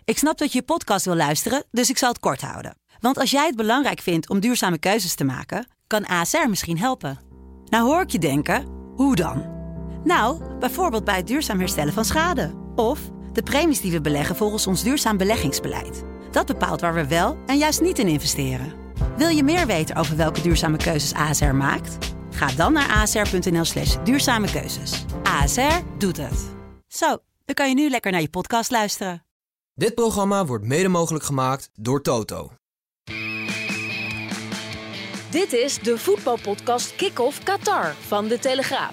Ik snap dat je podcast wil luisteren, dus ik zal het kort houden. Want als jij het belangrijk vindt om duurzame keuzes te maken, kan ASR misschien helpen. Nou hoor ik je denken, hoe dan? Nou, bijvoorbeeld bij het duurzaam herstellen van schade. Of de premies die we beleggen volgens ons duurzaam beleggingsbeleid. Dat bepaalt waar we wel en juist niet in investeren. Wil je meer weten over welke duurzame keuzes ASR maakt? Ga dan naar asr.nl/duurzame keuzes. ASR doet het. Zo, dan kan je nu lekker naar je podcast luisteren. Dit programma wordt mede mogelijk gemaakt door Toto. Dit is de voetbalpodcast Kick-Off Qatar van De Telegraaf.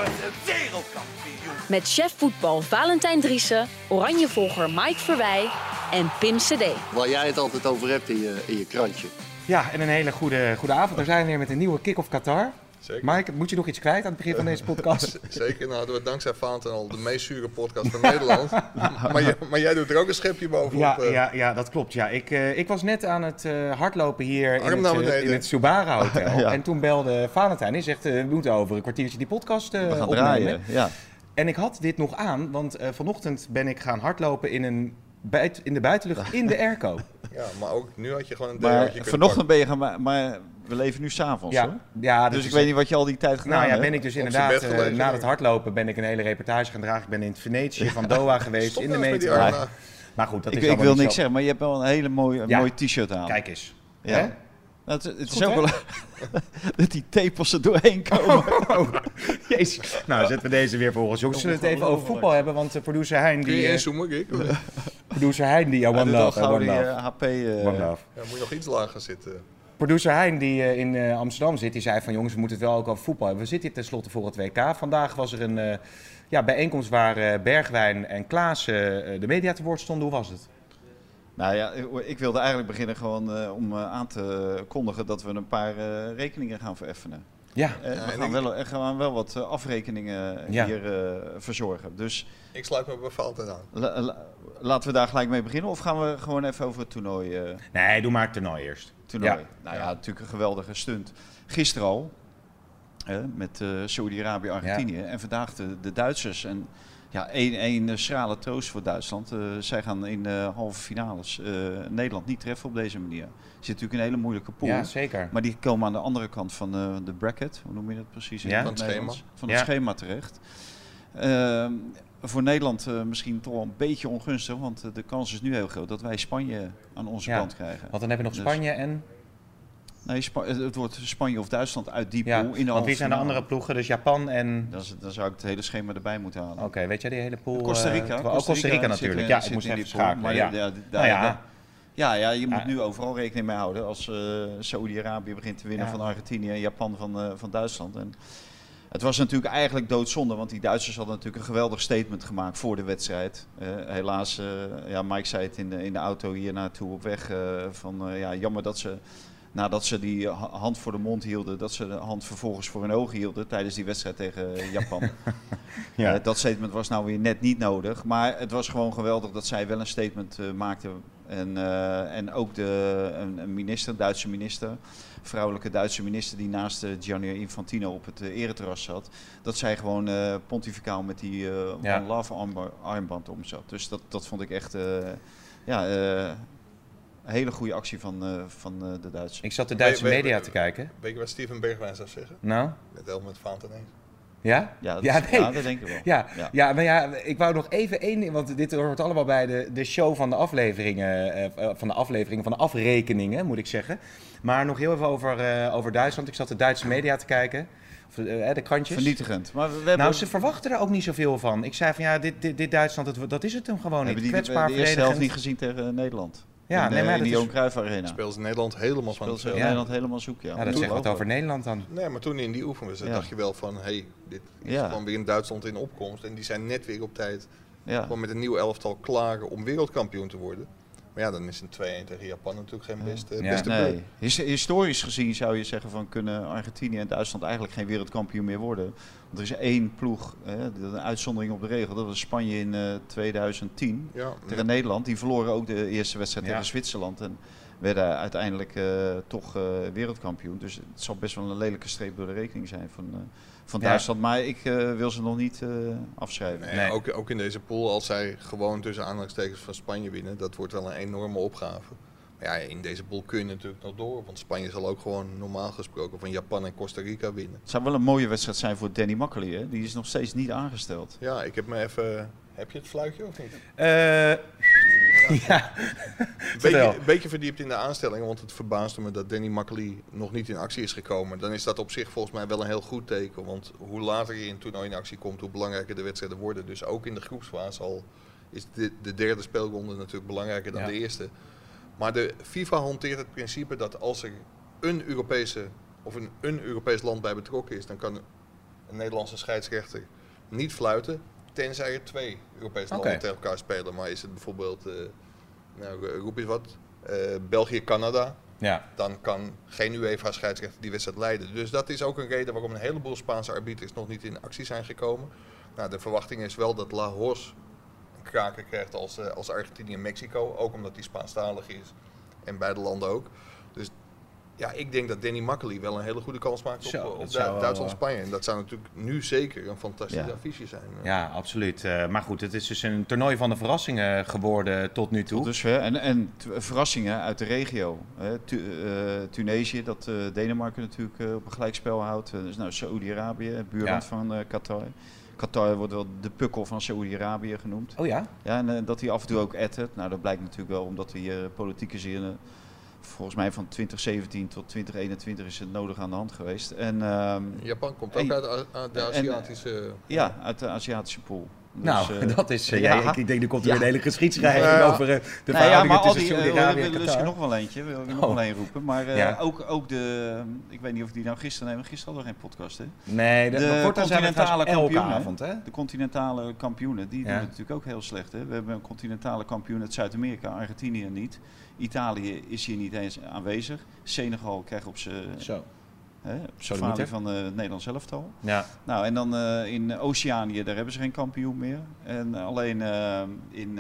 Met chef voetbal Valentijn Driessen, Oranjevolger Mike Verwij en Pim CD. Waar jij het altijd over hebt in je krantje. Ja, en een hele goede avond. We zijn weer met een nieuwe Kick-Off Qatar. Zeker. Mike, moet je nog iets kwijt aan het begin van deze podcast? Zeker, nou doen we dankzij Valentijn al de meest zure podcast van Nederland. maar jij doet er ook een schepje bovenop. Ja, dat klopt. Ja. Ik was net aan het hardlopen hier in het Subara Hotel. Ja. En toen belde Valentijn en zegt, we moeten over een kwartiertje die podcast we gaan opnemen. Draaien, ja. En ik had dit nog aan, want vanochtend ben ik gaan hardlopen in de buitenlucht in de airco. Ja, maar ook nu had je gewoon een maar vanochtend ben je gaan, maar we leven nu s'avonds, hoor. Ja, dus ik weet niet wat je al die tijd gedaan hebt. Ben ik dus inderdaad, na het hardlopen ben ik een hele reportage gaan dragen. Ik ben in het Venetië van Doha geweest, in de metro. Maar goed, dat is ik wil niks zeggen, maar je hebt wel een hele mooi t-shirt aan. Kijk eens. Ja. Hè? Het is ook wel dat die tepels er doorheen komen. Jezus. Nou, zetten we deze weer voor ons. Jongens, zullen we het even over voetbal hebben? Want producer Hein die... Kun je inzoomen, Kik? Producer Hein die... One Love. HP... Ja, moet je nog iets lager zitten. Producer Hein die in Amsterdam zit, die zei van jongens, we moeten het wel ook over voetbal hebben. We zitten hier tenslotte voor het WK. Vandaag was er een bijeenkomst waar Bergwijn en Klaas de media te woord stonden. Hoe was het? Nou ja, ik wilde eigenlijk beginnen gewoon om aan te kondigen dat we een paar rekeningen gaan vereffenen. Ja. We gaan wel wat afrekeningen hier verzorgen. Dus ik sluit me bij Valentijn aan. Laten we daar gelijk mee beginnen of gaan we gewoon even over het toernooi? Nee, doe maar het toernooi eerst. Ja. Nou ja, natuurlijk een geweldige stunt. Gisteren al, met Saudi-Arabië, Argentinië en vandaag de Duitsers. En ja, één schrale troost voor Duitsland. Zij gaan in de halve finales Nederland niet treffen op deze manier. Er zit natuurlijk een hele moeilijke pool. Ja, zeker. Maar die komen aan de andere kant van de bracket. Hoe noem je dat precies? Ja, van het schema. Van het schema terecht. Voor Nederland misschien toch wel een beetje ongunstig. Want de kans is nu heel groot dat wij Spanje aan onze kant krijgen. Want dan hebben we nog Spanje en... Nee, het wordt Spanje of Duitsland uit die pool. Ja, want wie zijn de andere ploegen? Dus Japan en... Dan zou ik het hele schema erbij moeten halen. Oké, weet jij die hele pool? Costa Rica. Costa Rica natuurlijk. Ja, ik moest even schakelen. Maar je moet nu overal rekening mee houden. Als Saudi-Arabië begint te winnen van Argentinië en Japan van Duitsland. En het was natuurlijk eigenlijk doodzonde, want die Duitsers hadden natuurlijk een geweldig statement gemaakt voor de wedstrijd. Helaas, Mike zei het in de auto hier naartoe op weg, jammer dat ze... Nadat ze die hand voor de mond hielden, dat ze de hand vervolgens voor hun ogen hielden tijdens die wedstrijd tegen Japan. Dat statement was nou weer net niet nodig. Maar het was gewoon geweldig dat zij wel een statement maakten. En ook een minister, Duitse minister, vrouwelijke Duitse minister die naast Gianni Infantino op het ereterras zat. Dat zij gewoon pontificaal met die One Love armband om zat. Dus dat vond ik echt... Een hele goede actie van de Duitsers. Ik zat de Duitse media te kijken. Weet je wat Steven Bergwijn zou zeggen? Nou? Met helemaal met Valentijn eens. Ja? Ja, dat denk ik wel. Maar ik wou nog even één ding, want dit hoort allemaal bij de show van de afleveringen, van de afrekeningen, moet ik zeggen. Maar nog heel even over Duitsland. Ik zat de Duitse media te kijken. De krantjes. Vernietigend. Maar ze verwachten er ook niet zoveel van. Ik zei van dit Duitsland, dat is het hem gewoon niet. Kwetsbaar de eerste helft niet gezien tegen Nederland. Ja, in de Johan Cruijff Arena. Speelt Nederland helemaal van het Nederland helemaal zoek, ja. Dat zegt wat over Nederland dan. Nee, maar toen in die oefenwedstrijd dacht je wel van... dit is gewoon weer in Duitsland in opkomst. En die zijn net weer op tijd gewoon met een nieuw elftal klaar om wereldkampioen te worden. Maar ja, dan is een 2-1 tegen Japan natuurlijk geen beste beurt. Historisch gezien zou je zeggen van kunnen Argentinië en Duitsland eigenlijk geen wereldkampioen meer worden. Want er is één ploeg, een uitzondering op de regel, dat was Spanje in 2010 tegen Nederland. Die verloren ook de eerste wedstrijd tegen Zwitserland. En werden uiteindelijk toch wereldkampioen. Dus het zal best wel een lelijke streep door de rekening zijn van Duitsland. Maar ik wil ze nog niet afschrijven. Nee. Ook in deze pool, als zij gewoon tussen aanhalingstekens van Spanje winnen, dat wordt wel een enorme opgave. Maar ja, in deze pool kun je natuurlijk nog door. Want Spanje zal ook gewoon normaal gesproken van Japan en Costa Rica winnen. Het zou wel een mooie wedstrijd zijn voor Danny Makkely, hè? Die is nog steeds niet aangesteld. Ja, ik heb me even... Heb je het fluitje of niet? Ja. Een beetje verdiept in de aanstellingen, want het verbaasde me dat Danny Makkely nog niet in actie is gekomen. Dan is dat op zich volgens mij wel een heel goed teken. Want hoe later je in een toernooi in actie komt, hoe belangrijker de wedstrijden worden. Dus ook in de groepsfase al is de derde speelronde natuurlijk belangrijker dan de eerste. Maar de FIFA hanteert het principe dat als er een Europees land bij betrokken is, dan kan een Nederlandse scheidsrechter niet fluiten, tenzij er 2 Europese landen tegen elkaar spelen. Maar is het bijvoorbeeld, roep eens wat, België-Canada, dan kan geen UEFA-scheidsrechter die wedstrijd leiden. Dus dat is ook een reden waarom een heleboel Spaanse arbiters nog niet in actie zijn gekomen. Nou, de verwachting is wel dat La Hoz een kraker krijgt als Argentinië en Mexico, ook omdat die Spaanstalig is en beide landen ook. Dus ja, ik denk dat Danny Makkely wel een hele goede kans maakt op Duitsland-Spanje. En dat zou natuurlijk nu zeker een fantastische affiche zijn. Ja, absoluut. Maar goed, het is dus een toernooi van de verrassingen geworden tot nu toe. Dus, en verrassingen uit de regio. Tunesië, dat Denemarken natuurlijk op een gelijkspel houdt. Dus nou, Saoedi-Arabië, het buurland van Qatar. Qatar wordt wel de pukkel van Saoedi-Arabië genoemd. Oh ja? Ja, en dat hij af en toe ook ettert. Nou, dat blijkt natuurlijk wel omdat hij politieke zin... Volgens mij van 2017 tot 2021 is het nodig aan de hand geweest. En, Japan komt ook uit de Aziatische... Ja, uit de Aziatische pool. Dus, nou, dat is... ik denk, er komt weer een hele geschiedschrijving over de verhoudingen tussen Saudi-Arabië en Qatar. Wil je nog wel eentje, wil ik nog wel een roepen. Maar ook de... Ik weet niet of die nou gisteren hadden we geen podcast, hè? Nee, de continentale kampioenen. De continentale kampioenen, die doen het natuurlijk ook heel slecht. Hè? We hebben een continentale kampioen uit Zuid-Amerika, Argentinië niet. Italië is hier niet eens aanwezig. Senegal krijgt op zijn falie van het Nederlands elftal. Ja. Nou, en dan in Oceanië, daar hebben ze geen kampioen meer. En alleen in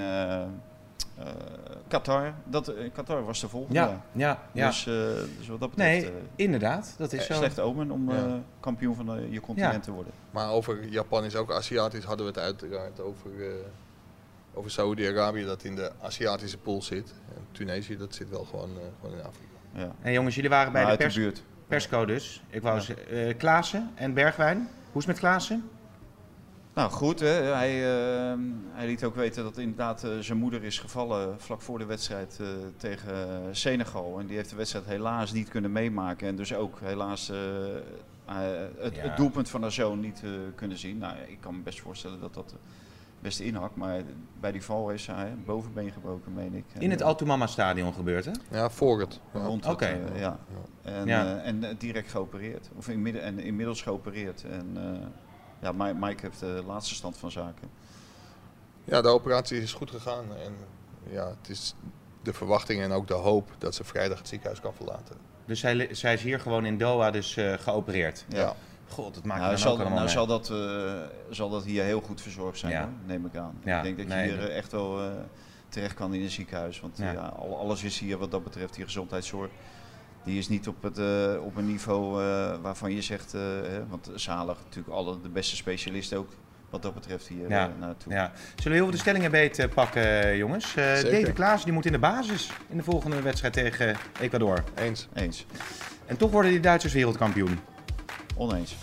Qatar, Qatar was de volgende. Ja. Dus wat dat betreft... Nee, inderdaad. Dat is zo. Slecht omen om kampioen van je continent te worden. Maar over Japan is ook Aziatisch, hadden we het uiteraard over Saoedi-Arabië dat in de Aziatische pool zit. En Tunesië, dat zit wel gewoon in Afrika. Ja. En jongens, jullie waren bij de persco dus. Ik wou Klaassen en Bergwijn. Hoe is het met Klaassen? Nou goed, hè. Hij liet ook weten dat inderdaad zijn moeder is gevallen vlak voor de wedstrijd tegen Senegal. En die heeft de wedstrijd helaas niet kunnen meemaken. En dus ook helaas het doelpunt van haar zoon niet kunnen zien. Nou, ik kan me best voorstellen dat dat best inhakt. Maar bij die val is hij bovenbeen gebroken, meen ik. In het Altumama stadion gebeurt, hè? Ja, voor het. Ja. En direct geopereerd. Of inmiddels geopereerd. En Mike heeft de laatste stand van zaken. Ja, de operatie is goed gegaan. En ja, het is de verwachting en ook de hoop dat ze vrijdag het ziekenhuis kan verlaten. Dus zij is hier gewoon in Doha dus geopereerd? Ja. God, dat maakt dan ook allemaal zal dat hier heel goed verzorgd zijn, hoor, neem ik aan. Ja, ik denk dat je hier echt wel terecht kan in een ziekenhuis. Want alles is hier wat dat betreft, die gezondheidszorg. Die is niet op een niveau waarvan je zegt, want ze halen natuurlijk de beste specialisten ook wat dat betreft hier naartoe. Ja. Zullen we heel veel de stellingen beet pakken, jongens? David Klaassen die moet in de basis in de volgende wedstrijd tegen Ecuador. Eens. En toch worden die Duitsers wereldkampioen. Oneens.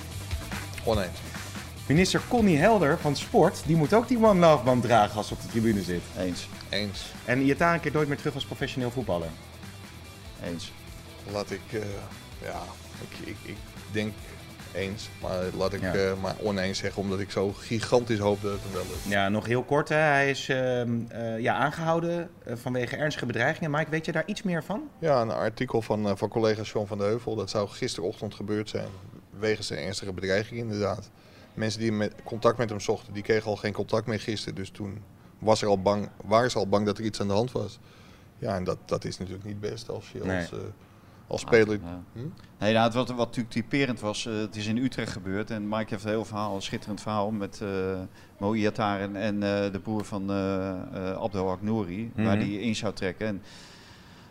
Minister Connie Helder van Sport, die moet ook die One Love band dragen als ze op de tribune zit. Eens. En Iataren een keer nooit meer terug als professioneel voetballer. Eens. Laat ik, ik denk eens, maar laat ik maar oneens zeggen, omdat ik zo gigantisch hoop dat het hem wel lukt. Ja, nog heel kort. Hè. Hij is aangehouden vanwege ernstige bedreigingen. Mike, weet je daar iets meer van? Ja, een artikel van collega Sean van de Heuvel. Dat zou gisterochtend gebeurd zijn, wegens een ernstige bedreiging inderdaad. Mensen die contact met hem zochten, die kregen al geen contact meer gisteren. Dus toen waren ze al bang dat er iets aan de hand was. Ja, en dat is natuurlijk niet best als je als speler... Nee, nou, wat natuurlijk typerend was, het is in Utrecht gebeurd. En Mike heeft een schitterend verhaal met Mo Iataren en de broer van Abdel Aknouri, waar die in zou trekken. En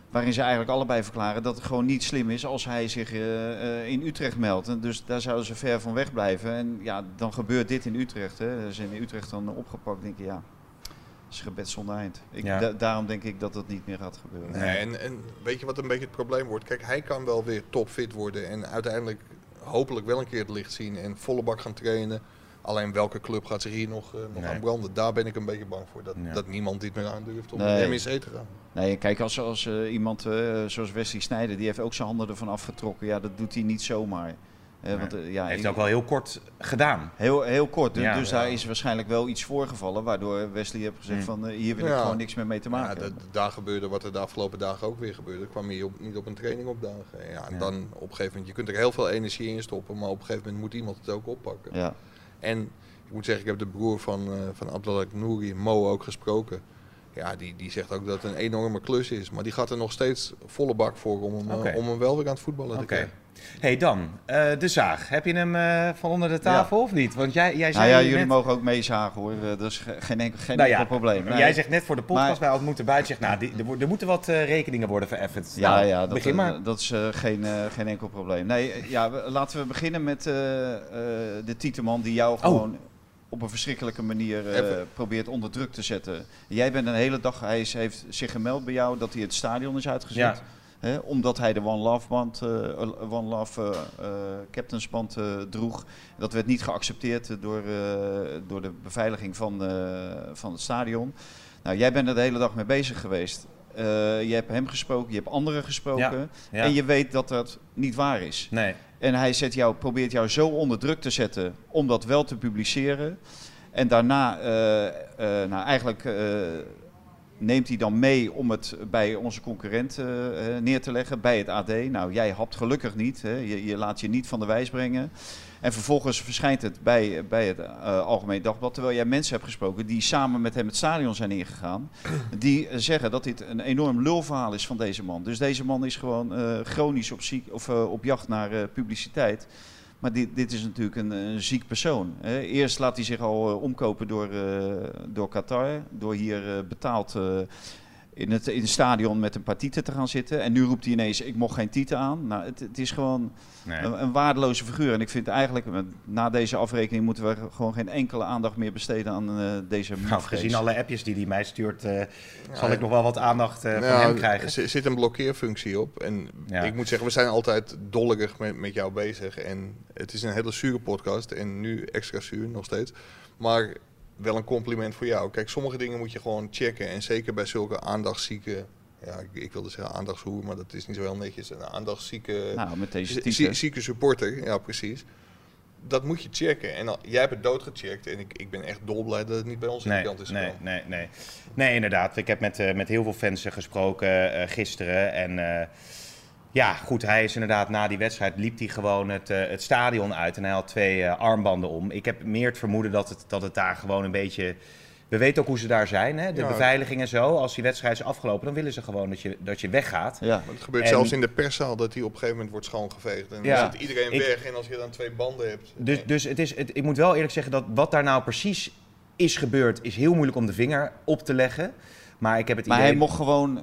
Waarin ze eigenlijk allebei verklaren dat het gewoon niet slim is als hij zich in Utrecht meldt. En dus daar zouden ze ver van weg blijven. En ja, dan gebeurt dit in Utrecht. Hè. Ze zijn in Utrecht dan opgepakt. Denk je, ja, dat is gebed zonder eind. Daarom denk ik dat dat niet meer gaat gebeuren. Nee, en weet je wat een beetje het probleem wordt? Kijk, hij kan wel weer topfit worden en uiteindelijk hopelijk wel een keer het licht zien en volle bak gaan trainen. Alleen welke club gaat zich hier nog aan branden? Daar ben ik een beetje bang voor. Dat niemand dit meer aandurft om naar MEC te gaan. Nee, kijk, als iemand zoals Wesley Sneijder, die heeft ook zijn handen ervan afgetrokken. Ja, dat doet hij niet zomaar. Want, hij heeft het ook wel heel kort gedaan. Heel kort. Dus daar is waarschijnlijk wel iets voorgevallen. Waardoor Wesley heeft gezegd van hier wil ik gewoon niks meer mee te maken hebben. Daar gebeurde wat er de afgelopen dagen ook weer gebeurde. Er kwam hier niet op een training opdagen. En dan op een gegeven moment, je kunt er heel veel energie in stoppen. Maar op een gegeven moment moet iemand het ook oppakken. Ja. En ik moet zeggen, ik heb de broer van Abdelhak Nouri, Mo, ook gesproken. Ja, die zegt ook dat het een enorme klus is. Maar die gaat er nog steeds volle bak voor om hem wel weer aan het voetballen te krijgen. Hey Dan, de zaag. Heb je hem van onder de tafel of niet? Want jij zei jullie mogen ook meezagen hoor. Dat is geen enkel probleem. Nee. Jij zegt net voor de podcast bij Ontmoeten Buiten, er moeten wat rekeningen worden vereffend. Begin maar. Dat is geen enkel probleem. Nee, laten we beginnen met de Tieteman die jou gewoon op een verschrikkelijke manier probeert onder druk te zetten. Jij bent een hele dag, hij heeft zich gemeld bij jou dat hij het stadion is uitgezet. Ja. Omdat hij de One Love captainsband droeg. Dat werd niet geaccepteerd door de beveiliging van het stadion. Nou, jij bent er de hele dag mee bezig geweest. Je hebt hem gesproken, je hebt anderen gesproken. Ja. En je weet dat dat niet waar is. Nee. En hij probeert jou zo onder druk te zetten om dat wel te publiceren. En daarna neemt hij dan mee om het bij onze concurrent neer te leggen, bij het AD. Nou, jij hapt gelukkig niet. Hè. Je laat je niet van de wijs brengen. En vervolgens verschijnt het bij het Algemeen Dagblad, terwijl jij mensen hebt gesproken die samen met hem het stadion zijn ingegaan. Die zeggen dat dit een enorm lulverhaal is van deze man. Dus deze man is gewoon chronisch op jacht naar publiciteit. Maar dit is natuurlijk een ziek persoon. Hè. Eerst laat hij zich al omkopen door Qatar, door hier betaald in het stadion met een paar tieten te gaan zitten. En nu roept hij ineens, ik mocht geen tieten aan. Nou, het is gewoon een waardeloze figuur. En ik vind eigenlijk, na deze afrekening moeten we gewoon geen enkele aandacht meer besteden aan deze man. Gezien alle appjes die hij mij stuurt, zal ik nog wel wat aandacht van hem krijgen. Er zit een blokkeerfunctie op. En ik moet zeggen, we zijn altijd dollerig met jou bezig. En het is een hele zure podcast. En nu extra zuur nog steeds. Maar wel een compliment voor jou. Kijk, sommige dingen moet je gewoon checken. En zeker bij zulke aandachtszieke... Ja, ik wilde zeggen aandachtshoer, maar dat is niet zo heel netjes. Een aandachtszieke... Nou, met deze zieke supporter, ja precies. Dat moet je checken. En jij hebt het doodgecheckt. En ik ben echt dolblij dat het niet bij ons in de kant is gekomen. Nee, inderdaad. Ik heb met heel veel fans gesproken gisteren. En... ja, goed, hij is inderdaad na die wedstrijd liep hij gewoon het stadion uit en hij had 2 armbanden om. Ik heb meer het vermoeden dat het daar gewoon een beetje... We weten ook hoe ze daar zijn, hè? De beveiliging en zo. Als die wedstrijd is afgelopen, dan willen ze gewoon dat je weggaat. Ja, maar het gebeurt zelfs in de perszaal dat hij op een gegeven moment wordt schoongeveegd. En dan zit iedereen weg en als je dan 2 banden hebt... Dus ik moet wel eerlijk zeggen dat wat daar nou precies is gebeurd, is heel moeilijk om de vinger op te leggen. Maar ik heb het idee... hij mocht gewoon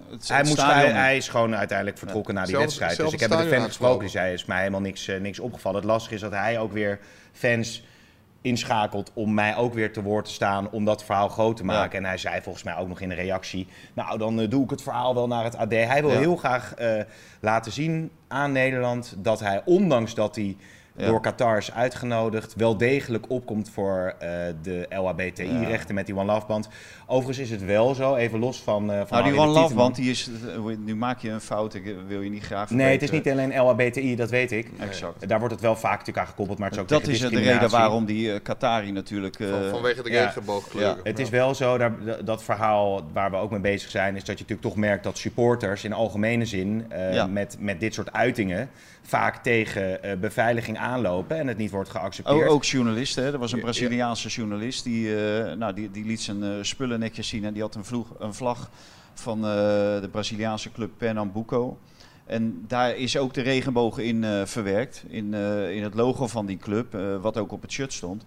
hij is gewoon uiteindelijk vertrokken na die wedstrijd. Dus ik heb met de fan gesproken. Die zei, is mij helemaal niks opgevallen. Het lastige is dat hij ook weer fans inschakelt om mij ook weer te woord te staan om dat verhaal groot te maken. Ja. En hij zei volgens mij ook nog in een reactie, nou dan doe ik het verhaal wel naar het AD. Hij wil heel graag laten zien aan Nederland dat hij, ondanks dat hij door Qatar is uitgenodigd, wel degelijk opkomt voor de LHBTI-rechten met die One Love band. Overigens is het wel zo, even los van die One Love band, die is, nu maak je een fout, ik wil je niet graag verbeteren. Nee, het is niet alleen LHBTI, dat weet ik. Exact. Daar wordt het wel vaak natuurlijk aan gekoppeld, maar het is ook dat is de reden waarom die Qatari natuurlijk... vanwege de regenboogkleuren. Het is wel zo, dat verhaal waar we ook mee bezig zijn, is dat je natuurlijk toch merkt dat supporters in algemene zin met dit soort uitingen vaak tegen beveiliging aanlopen en het niet wordt geaccepteerd. Ook journalisten. Hè? Er was een Braziliaanse journalist die liet zijn spullen netjes zien en die had een vlag van de Braziliaanse club Pernambuco. En daar is ook de regenboog in verwerkt, in het logo van die club, wat ook op het shirt stond.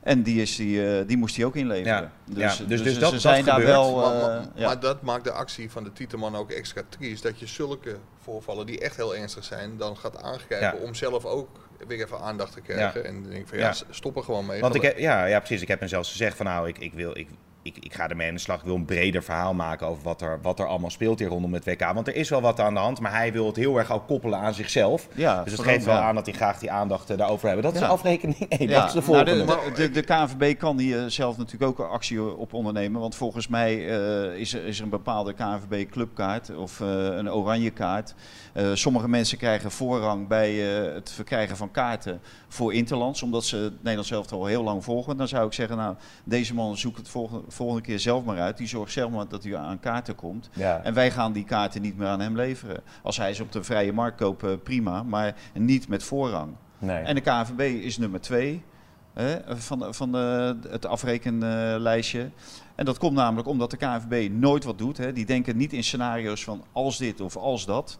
En die moest hij ook inleveren. Ja. Dus ze zijn daar wel... Maar dat maakt de actie van de Tieteman ook extra triest. Dat je zulke voorvallen die echt heel ernstig zijn, dan gaat aangrijpen om zelf ook weer even aandacht te krijgen. En dan denk ik van stop er gewoon mee. Want precies. Ik heb hem zelfs gezegd van ik ga ermee aan de slag. Ik wil een breder verhaal maken over wat er allemaal speelt hier rondom het WK. Want er is wel wat aan de hand, maar hij wil het heel erg ook koppelen aan zichzelf. Ja, dus het geeft wel aan dat hij graag die aandacht daarover hebben. Dat is de afrekening 1. Dat is de volgende. De KNVB kan hier zelf natuurlijk ook actie op ondernemen. Want volgens mij is er een bepaalde KNVB-clubkaart of een oranje kaart. Sommige mensen krijgen voorrang bij het verkrijgen van kaarten voor interlands. Omdat ze het Nederlands elftal al heel lang volgen. Dan zou ik zeggen, deze man zoekt het volgende keer zelf maar uit. Die zorgt zelf maar dat hij aan kaarten komt. Ja. En wij gaan die kaarten niet meer aan hem leveren. Als hij ze op de vrije markt koopt, prima. Maar niet met voorrang. Nee. En de KNVB is nummer 2 van het afrekenlijstje. En dat komt namelijk omdat de KNVB nooit wat doet. Die denken niet in scenario's van als dit of als dat.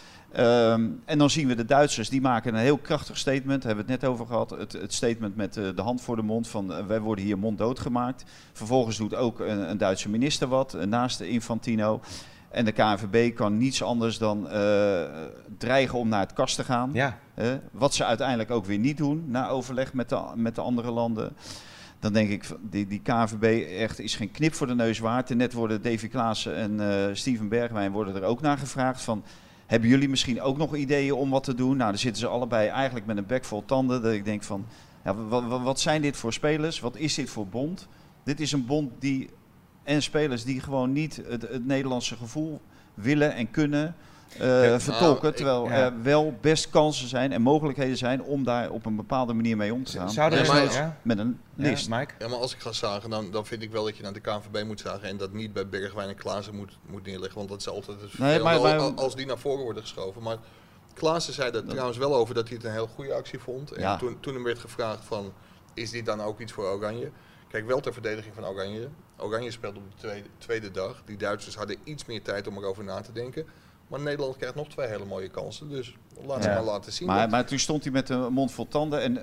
En dan zien we de Duitsers, die maken een heel krachtig statement. Daar hebben we het net over gehad. Het statement met de hand voor de mond van wij worden hier monddood gemaakt. Vervolgens doet ook een Duitse minister wat naast de Infantino. En de KNVB kan niets anders dan dreigen om naar het kast te gaan. Ja. Wat ze uiteindelijk ook weer niet doen na overleg met de andere landen. Dan denk ik, die KNVB echt is geen knip voor de neus waard. En net worden Davy Klaassen en Steven Bergwijn worden er ook naar gevraagd van... Hebben jullie misschien ook nog ideeën om wat te doen? Nou, dan zitten ze allebei eigenlijk met een bek vol tanden. Dat ik denk van, wat zijn dit voor spelers? Wat is dit voor bond? Dit is een bond en spelers die gewoon niet het Nederlandse gevoel willen en kunnen vertolken. Terwijl er wel best kansen zijn en mogelijkheden zijn om daar op een bepaalde manier mee om te gaan. Met een list. Mike? Ja, maar als ik ga zagen, dan vind ik wel dat je naar de KNVB moet zagen en dat niet bij Bergwijn en Klaassen moet neerleggen. Want dat is altijd het vervelende als die naar voren worden geschoven. Maar Klaassen zei er trouwens wel over dat hij het een heel goede actie vond. En toen hem werd gevraagd van, is dit dan ook iets voor Oranje? Kijk, wel ter verdediging van Oranje. Oranje speelt op de tweede dag. Die Duitsers hadden iets meer tijd om erover na te denken. Maar Nederland krijgt nog 2 hele mooie kansen. Dus laat ze maar laten zien. Maar toen stond hij met een mond vol tanden. En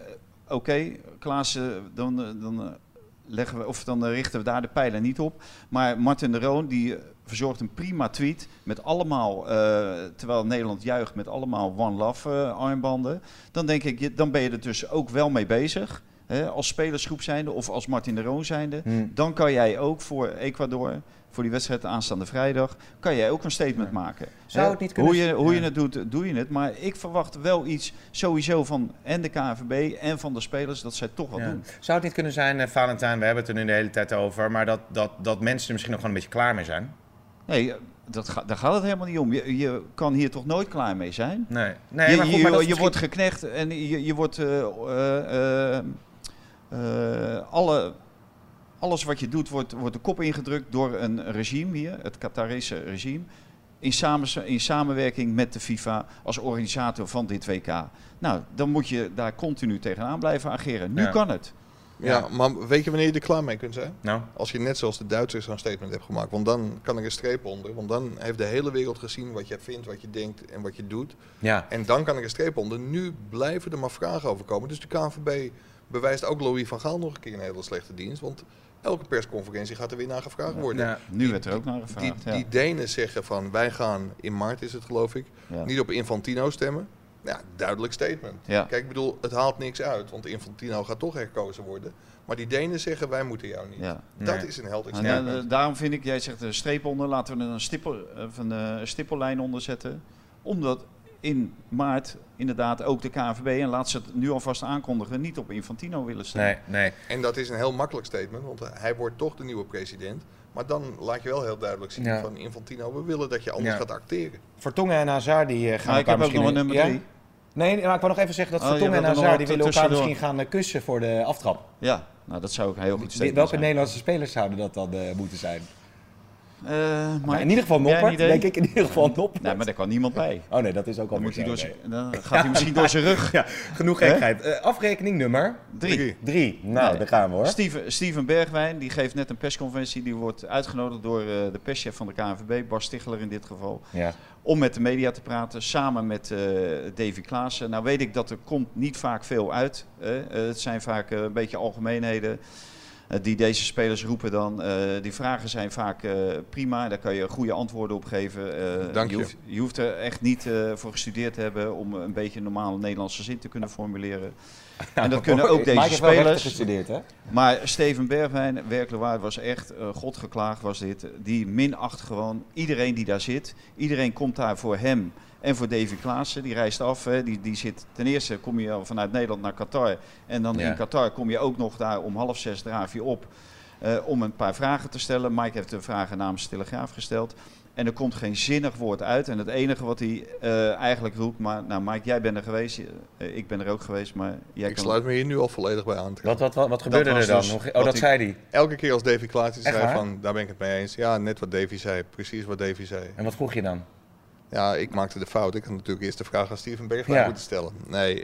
Klaassen, dan richten we daar de pijlen niet op. Maar Martin de Roon, die verzorgt een prima tweet met allemaal, terwijl Nederland juicht met allemaal One Love armbanden. Dan denk ik, dan ben je er dus ook wel mee bezig. Als spelersgroep zijnde of als Martin de Roon zijnde. Dan kan jij ook voor Ecuador, voor die wedstrijd aanstaande vrijdag, kan jij ook een statement maken. Zou het niet kunnen... Hoe je het doet, doe je het. Maar ik verwacht wel iets sowieso van en de KNVB en van de spelers, dat zij toch wat doen. Zou het niet kunnen zijn, Valentijn, we hebben het er nu de hele tijd over, maar dat mensen er misschien nog gewoon een beetje klaar mee zijn? Nee, daar gaat het helemaal niet om. Je kan hier toch nooit klaar mee zijn? Nee, maar goed, je wordt geknecht en je wordt... alles wat je doet wordt de kop ingedrukt door een regime hier, het Qatarese regime, in samenwerking met de FIFA als organisator van dit WK. Nou, dan moet je daar continu tegenaan blijven ageren. Nu kan het. Ja, maar weet je wanneer je er klaar mee kunt zijn? Nou. Als je net zoals de Duitsers zo'n statement hebt gemaakt. Want dan kan er een streep onder. Want dan heeft de hele wereld gezien wat jij vindt, wat je denkt en wat je doet. Ja. En dan kan er een streep onder. Nu blijven er maar vragen over komen. Dus de KNVB bewijst ook Louis van Gaal nog een keer een hele slechte dienst. Want elke persconferentie gaat er weer naar gevraagd worden. Ja, nu werd er ook naar gevraagd. Die Denen zeggen van, wij gaan in maart is het geloof ik, niet op Infantino stemmen. Ja, duidelijk statement. Ja. Kijk, ik bedoel, het haalt niks uit, want Infantino gaat toch herkozen worden. Maar die Denen zeggen, wij moeten jou niet. Ja. Dat is een helder statement. Daarom vind ik, jij zegt een streep onder, laten we een stippellijn onder zetten. Omdat in maart inderdaad ook de KNVB, en laat ze het nu alvast aankondigen, niet op Infantino willen stemmen. Nee. En dat is een heel makkelijk statement, want hij wordt toch de nieuwe president. Maar dan laat je wel heel duidelijk zien van Infantino, we willen dat je anders gaat acteren. Vertongen en Hazard die gaan elkaar misschien... Ik heb ook nog een nummer 3. Nee, maar ik wil nog even zeggen dat Vertongen en Hazard die willen elkaar misschien gaan kussen voor de aftrap. Ja, nou dat zou ik heel goed zeggen. Welke Nederlandse spelers zouden dat dan moeten zijn? in ieder geval Noppert, denk ik. In ieder geval Noppert. Nee, maar daar kan niemand bij. Oh nee, dat is ook al dan gaat hij misschien door zijn rug. Ja, genoeg gekheid. Afrekening nummer 3. Nou, daar gaan we hoor. Steven Bergwijn, die geeft net een persconferentie. Die wordt uitgenodigd door de perschef van de KNVB, Bas Stichler in dit geval. Ja. Om met de media te praten, samen met Davy Klaassen. Nou weet ik dat er komt niet vaak veel uit. Het zijn vaak een beetje algemeenheden die deze spelers roepen dan. Die vragen zijn vaak prima, daar kan je goede antwoorden op geven. Dank je. Je hoeft er echt niet voor gestudeerd te hebben om een beetje een normale Nederlandse zin te kunnen formuleren. En dat kunnen ook deze spelers. Gestudeerd, hè? Maar Steven Bergwijn, werkelijk waar, was echt, godgeklaagd was dit. Die minacht gewoon iedereen die daar zit. Iedereen komt daar voor hem en voor Davy Klaassen. Die reist af. Hè. Die zit, ten eerste kom je vanuit Nederland naar Qatar. En dan in Qatar kom je ook nog daar om 5:30 draaf je op om een paar vragen te stellen. Mike heeft de vragen namens de Telegraaf gesteld. En er komt geen zinnig woord uit. En het enige wat hij eigenlijk roept... Maar nou Mike, jij bent er geweest. Ik ben er ook geweest. Maar jij sluit me hier nu al volledig bij aan. Wat gebeurde er dan? Dus, dat zei hij? Elke keer als Davy Klaassen zei van... Daar ben ik het mee eens. Ja, net wat Davy zei. Precies wat Davy zei. En wat vroeg je dan? Ja, ik maakte de fout. Ik had natuurlijk eerst de vraag aan Steven Bergwijn moeten stellen. Nee,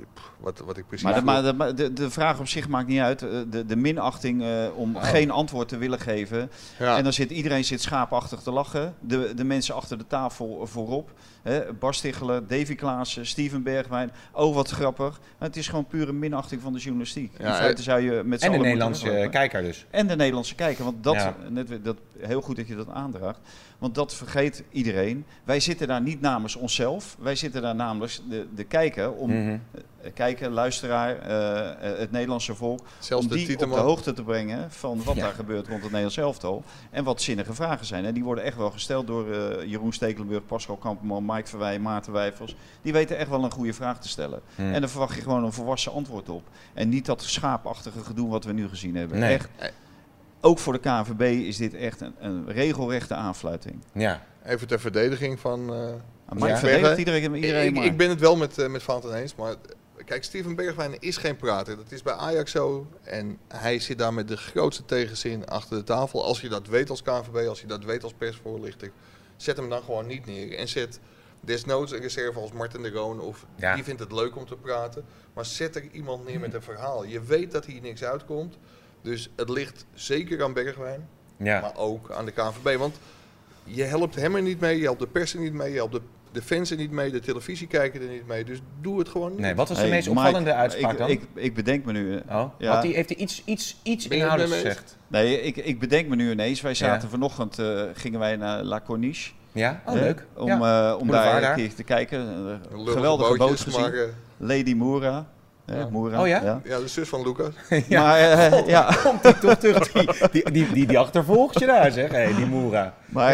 wat ik precies... Maar de vraag op zich maakt niet uit. De minachting om geen antwoord te willen geven. Ja. En dan iedereen zit schaapachtig te lachen. De mensen achter de tafel voorop. Bas Stichler, Davy Klaassen, Steven Bergwijn. Oh, wat grappig. Het is gewoon pure minachting van de journalistiek. Ja, in feite zou je met z'n allen... En de Nederlandse kijker dus. En de Nederlandse kijker. Want dat heel goed dat je dat aandraagt. Want dat vergeet iedereen. Wij zitten daar niet namens onszelf. Wij zitten daar namens de kijker. Om kijker, luisteraar, het Nederlandse volk. Zelfs om die op de hoogte te brengen van wat daar gebeurt rond het Nederlands elftal. En wat zinnige vragen zijn. En die worden echt wel gesteld door Jeroen Stekelenburg, Pascal Kamperman, Mike Verwij, Maarten Wijfels. Die weten echt wel een goede vraag te stellen. En dan verwacht je gewoon een volwassen antwoord op. En niet dat schaapachtige gedoe wat we nu gezien hebben. Nee. Echt. Ook voor de KNVB is dit echt een regelrechte aanfluiting. Ja. Even ter verdediging van... Maar verdedigt iedereen maar. Ik ben het wel met Valentin eens, maar kijk, Steven Bergwijn is geen prater. Dat is bij Ajax zo. En hij zit daar met de grootste tegenzin achter de tafel. Als je dat weet als KNVB, als je dat weet als persvoorlichter, zet hem dan gewoon niet neer. En zet desnoods een reserve als Martin de Roon, of die vindt het leuk om te praten. Maar zet er iemand neer met een verhaal. Je weet dat hier niks uitkomt. Dus het ligt zeker aan Bergwijn, maar ook aan de KNVB. Want je helpt hem er niet mee, je helpt de pers er niet mee, je helpt de fans er niet mee, de televisiekijker er niet mee. Dus doe het gewoon niet. Nee, wat was de meest opvallende uitspraak dan? Ik bedenk me nu... Heeft hij iets inhoudelijks gezegd? Nee, ik bedenk me nu ineens. Wij zaten vanochtend, gingen wij naar La Corniche. Ja, leuk. Om daar een keer te kijken. Een geweldige boot gezien. Lady Moura. Moera. Oh ja? Ja, de zus van Lucas. Maar komt hij toch terug? Die achtervolgt je daar, zeg. Hey, die Moera.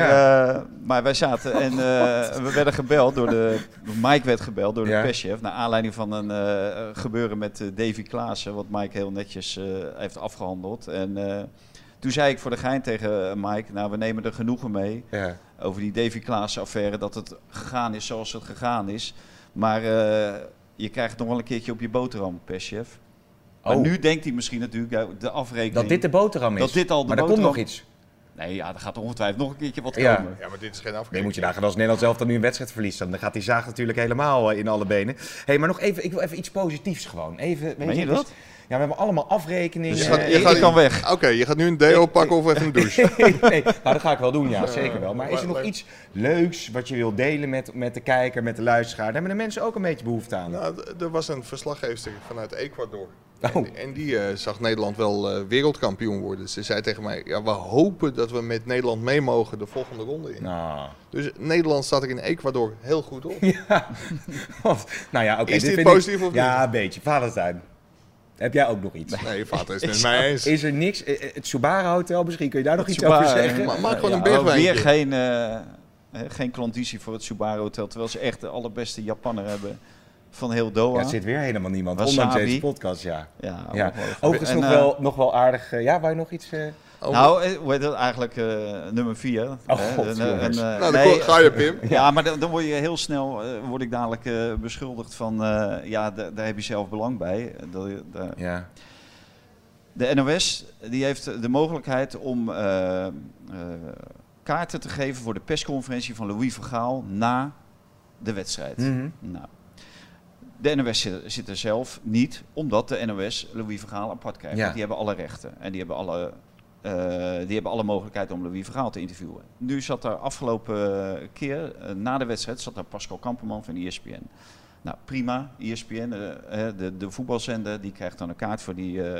Maar wij zaten en we werden gebeld Mike werd gebeld door de perschef. Naar aanleiding van een gebeuren met Davy Klaassen. Wat Mike heel netjes heeft afgehandeld. En toen zei ik voor de gein tegen Mike, nou we nemen er genoegen mee. Ja. Over die Davy Klaassen affaire. Dat het gegaan is zoals het gegaan is. Maar... je krijgt nog wel een keertje op je boterham, perschef. Maar nu denkt hij misschien natuurlijk de afrekening... Dat dit de boterham is? Dat dit al maar er komt nog iets. Nee, er gaat ongetwijfeld nog een keertje wat komen. Ja, maar dit is geen afrekening. Nee, moet je nagaan als Nederland zelf dan nu een wedstrijd verliest. Dan gaat die zaag natuurlijk helemaal in alle benen. Hey, maar nog even, ik wil even iets positiefs gewoon. Meen je dat? Ja, we hebben allemaal afrekeningen. Dus je gaat weg. Oké, je gaat nu een deo pakken of even een douche. Nee, dat ga ik wel doen, ja, zeker wel. Maar is er nog iets leuks wat je wilt delen met de kijker, met de luisteraar? Daar hebben de mensen ook een beetje behoefte aan. Nou, er was een verslaggeefster vanuit Ecuador. En die zag Nederland wel wereldkampioen worden. Ze zei tegen mij, we hopen dat we met Nederland mee mogen de volgende ronde in. Nou. Dus Nederland staat er in Ecuador heel goed op. Ja. Nou ja, oké. Is dit positief of niet? Ja, een beetje. Valentijn. Heb jij ook nog iets? Nee, vader is het met mij eens. Is er niks? Het Subara Hotel, misschien kun je daar nog iets over zeggen? Maak gewoon een bergwijntje. Weer geen klanditie voor het Subara Hotel. Terwijl ze echt de allerbeste Japaner hebben van heel Doha. Er zit weer helemaal niemand, Wasabi. ondanks deze podcast, ja. Overigens nog wel aardig. Wou je nog iets... Nou, hoe heet dat eigenlijk? Nummer 4. Dan ga je, Pim. Ja, maar dan word je heel snel word ik dadelijk beschuldigd van... daar heb je zelf belang bij. De NOS die heeft de mogelijkheid om kaarten te geven voor de persconferentie van Louis van Gaal na de wedstrijd. Mm-hmm. Nou, de NOS zit er zelf niet, omdat de NOS Louis van Gaal apart krijgt. Ja. Want die hebben alle rechten en die hebben alle mogelijkheid om Louis van Gaal te interviewen. Nu zat er afgelopen keer, na de wedstrijd, zat daar Pascal Kamperman van ESPN. Nou, prima, ESPN, de voetbalzender, die krijgt dan een kaart voor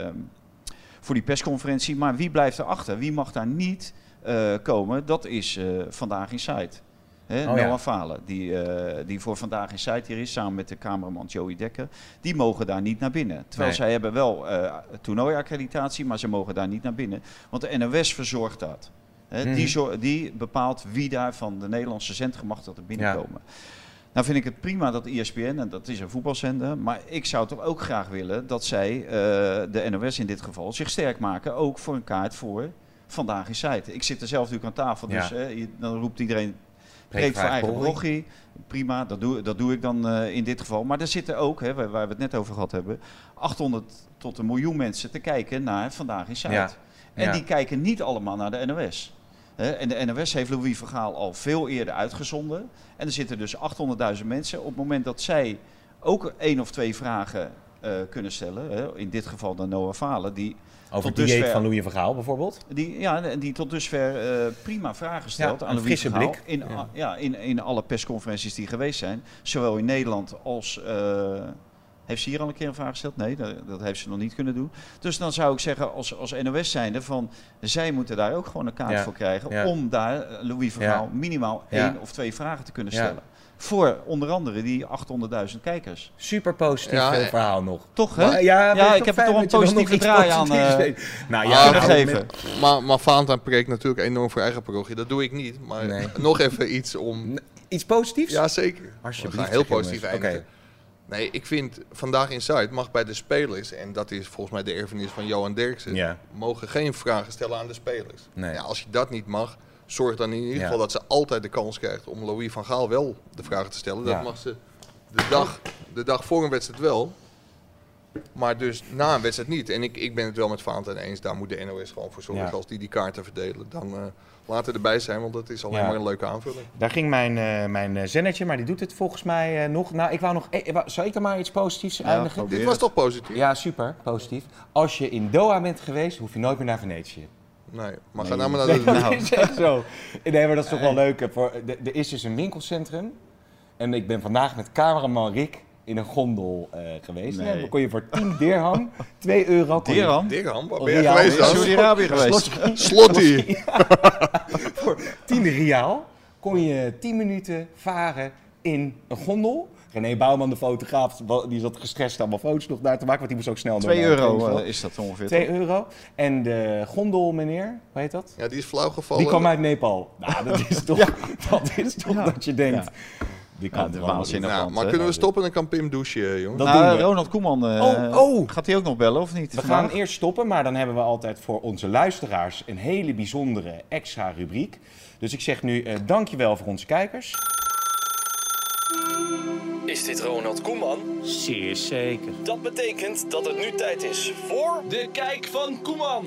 die persconferentie. Maar wie blijft erachter? Wie mag daar niet komen? Dat is Vandaag Inside. Noah Falen, die voor Vandaag Inside hier is, samen met de cameraman Joey Dekker. Die mogen daar niet naar binnen. Terwijl zij hebben wel toernooiaccreditatie, maar ze mogen daar niet naar binnen. Want de NOS verzorgt dat. Die bepaalt wie daar van de Nederlandse zender mag dat er binnenkomen. Ja. Nou vind ik het prima dat ESPN, en dat is een voetbalzender, maar ik zou toch ook graag willen dat zij, de NOS in dit geval, zich sterk maken, ook voor een kaart voor Vandaag Inside. Ik zit er zelf natuurlijk aan tafel, dus dan roept iedereen, preek voor eigen parochie. Prima, dat doe ik dan in dit geval. Maar er zitten ook, waar we het net over gehad hebben, 800 tot 1 miljoen mensen te kijken naar Vandaag Inside. Ja. En die kijken niet allemaal naar de NOS. En de NOS heeft Louis van Gaal al veel eerder uitgezonden. En er zitten dus 800.000 mensen. Op het moment dat zij ook 1 of 2 vragen kunnen stellen, in dit geval de Noah Falen, die over het dieet van Louis van Gaal bijvoorbeeld? Die tot dusver prima vragen stelt aan Louis van Gaal. In alle persconferenties die geweest zijn. Zowel in Nederland als... heeft ze hier al een keer een vraag gesteld? Nee, dat heeft ze nog niet kunnen doen. Dus dan zou ik zeggen, als NOS zijnde, van zij moeten daar ook gewoon een kaart voor krijgen. Om daar Louis van Gaal minimaal 1 of 2 vragen te kunnen stellen. Voor onder andere die 800.000 kijkers. Super positief verhaal nog. Toch, hè? Maar, ik heb er toch een positieve draai aan gegeven. Maar Valentijn preekt natuurlijk enorm voor eigen parochie. Dat doe ik niet. Maar nog even iets om... Iets positiefs? Ja, zeker. Alsjeblieft. We gaan heel positief eindigen. Okay. Nee, ik vind Vandaag Inside mag bij de spelers, en dat is volgens mij de erfenis van Johan Derksen, mogen geen vragen stellen aan de spelers. Nee. Ja, als je dat niet mag, zorg dan in ieder geval dat ze altijd de kans krijgt om Louis van Gaal wel de vragen te stellen. Dat mag ze de dag voor een wedstrijd wel, maar dus na een wedstrijd niet. En ik ben het wel met Valentijn eens, daar moet de NOS gewoon voor zorgen als die kaarten verdelen. Dan laten erbij zijn, want dat is alleen maar een leuke aanvulling. Daar ging mijn zennetje, maar die doet het volgens mij nog. Nou, ik wou nog. Zou ik dan maar iets positiefs eindigen? Dit was toch positief? Ja, super, positief. Als je in Doha bent geweest, hoef je nooit meer naar Venetië. Nee, maar ga nou maar naar de... Dat is echt zo. Nee, maar dat is toch wel leuk. Er is dus een winkelcentrum. En ik ben vandaag met cameraman Rick in een gondel geweest. Nee. Dan kon je voor 10 dirham, €2... Dirham? Waar ben je geweest dan? Saudi-Arabië geweest. Slotty. Voor 10 riaal kon je 10 minuten varen in een gondel. René Bouwman, de fotograaf, die zat gestrest allemaal foto's nog daar te maken, want die moest ook snel €2 is dat ongeveer. €2. En de gondelmeneer, hoe heet dat? Ja, die is flauw gevallen. Die kwam uit Nepal. Nou, dat is toch, dat je denkt... Die kan de waanzinnig. Maar kunnen we stoppen en dan kan Pim douchen, jongen? Nou, Ronald Koeman, gaat hij ook nog bellen of niet? We gaan eerst stoppen, maar dan hebben we altijd voor onze luisteraars een hele bijzondere extra rubriek. Dus ik zeg nu dankjewel voor onze kijkers. Is dit Ronald Koeman? Zeer zeker. Dat betekent dat het nu tijd is voor de Kijk van Koeman.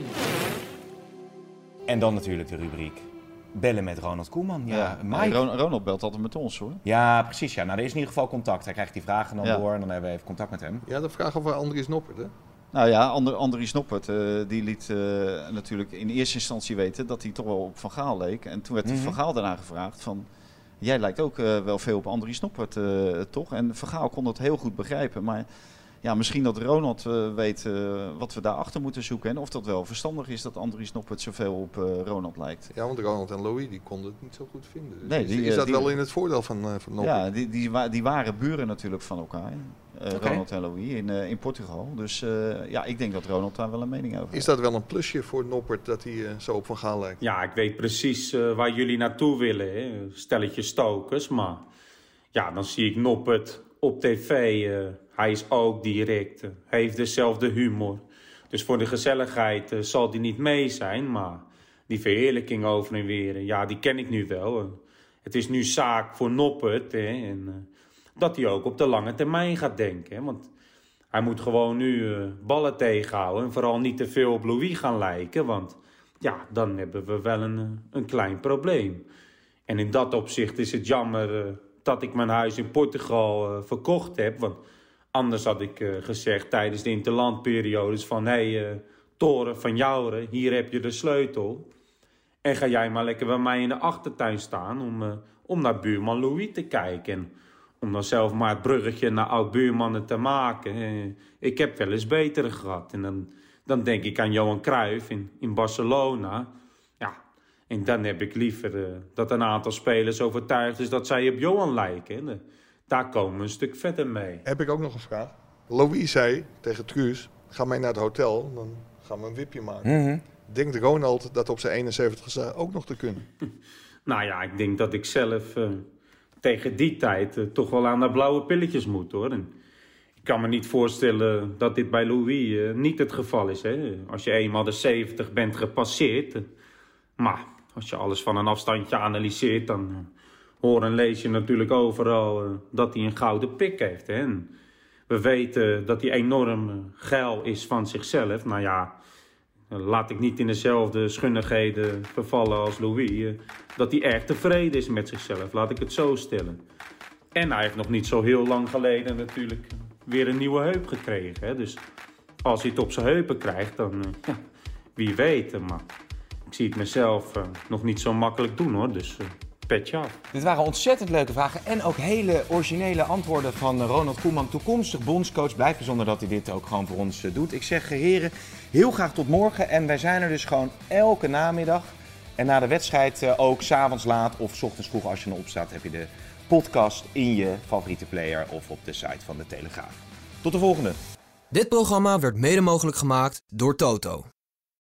En dan natuurlijk de rubriek Bellen met Ronald Koeman. Ronald belt altijd met ons, hoor. Ja, precies. Ja. Nou, er is in ieder geval contact. Hij krijgt die vragen dan door en dan hebben we even contact met hem. Ja, de vraag over Andries Noppert, hè? Nou ja, Andries Noppert, die liet natuurlijk in eerste instantie weten dat hij toch wel op Van Gaal leek. En toen werd Van Gaal daarna gevraagd van... Jij lijkt ook wel veel op Andries Noppert, toch? En Van Gaal kon dat heel goed begrijpen, maar... Ja, misschien dat Ronald weet wat we daarachter moeten zoeken. En of dat wel verstandig is dat Andries Noppert zoveel op Ronald lijkt. Ja, want Ronald en Louis die konden het niet zo goed vinden. Dus nee, is dat wel in het voordeel van Noppert? Ja, die waren buren natuurlijk van elkaar. Ronald en Louis in Portugal. Dus ik denk dat Ronald daar wel een mening over heeft. Is dat wel een plusje voor Noppert dat hij zo op Van Gaal lijkt? Ja, ik weet precies waar jullie naartoe willen. Hè? Stelletje stokers. Maar ja, dan zie ik Noppert op tv... Hij is ook direct, hij heeft dezelfde humor. Dus voor de gezelligheid zal hij niet mee zijn, maar die verheerlijking over en weer, ja, die ken ik nu wel. Het is nu zaak voor Noppert, en dat hij ook op de lange termijn gaat denken. Hè, want hij moet gewoon nu ballen tegenhouden en vooral niet te veel op Louis gaan lijken, want ja, dan hebben we wel een klein probleem. En in dat opzicht is het jammer dat ik mijn huis in Portugal verkocht heb. Want anders had ik gezegd tijdens de interlandperiodes van... Hey, Toren van Jouren, hier heb je de sleutel. En ga jij maar lekker bij mij in de achtertuin staan om naar buurman Louis te kijken. En om dan zelf maar het bruggetje naar oud-buurmannen te maken. Ik heb wel eens betere gehad. En dan denk ik aan Johan Cruijff in Barcelona. Ja, en dan heb ik liever dat een aantal spelers overtuigd is dat zij op Johan lijken. En daar komen we een stuk verder mee. Heb ik ook nog een vraag. Louis zei tegen Truus, ga mee naar het hotel, dan gaan we een wipje maken. Mm-hmm. Denkt Ronald dat op zijn 71ste ook nog te kunnen? Nou ja, ik denk dat ik zelf tegen die tijd toch wel aan de blauwe pilletjes moet, hoor. En ik kan me niet voorstellen dat dit bij Louis niet het geval is. Hè? Als je eenmaal de 70 bent gepasseerd. Maar als je alles van een afstandje analyseert, dan hoor en lees je natuurlijk overal dat hij een gouden pik heeft. Hè? En we weten dat hij enorm geil is van zichzelf. Nou ja, laat ik niet in dezelfde schunnigheden vervallen als Louis. Dat hij erg tevreden is met zichzelf, laat ik het zo stellen. En hij heeft nog niet zo heel lang geleden natuurlijk weer een nieuwe heup gekregen. Hè? Dus als hij het op zijn heupen krijgt, dan wie weet. Maar ik zie het mezelf nog niet zo makkelijk doen, hoor. Dus petje af. Dit waren ontzettend leuke vragen en ook hele originele antwoorden van Ronald Koeman, toekomstig bondscoach. Blijft bijzonder dat hij dit ook gewoon voor ons doet. Ik zeg heren, heel graag tot morgen. En wij zijn er dus gewoon elke namiddag. En na de wedstrijd ook 's avonds laat of 's ochtends vroeg als je nog opstaat, heb je de podcast in je favoriete player of op de site van de Telegraaf. Tot de volgende. Dit programma werd mede mogelijk gemaakt door Toto.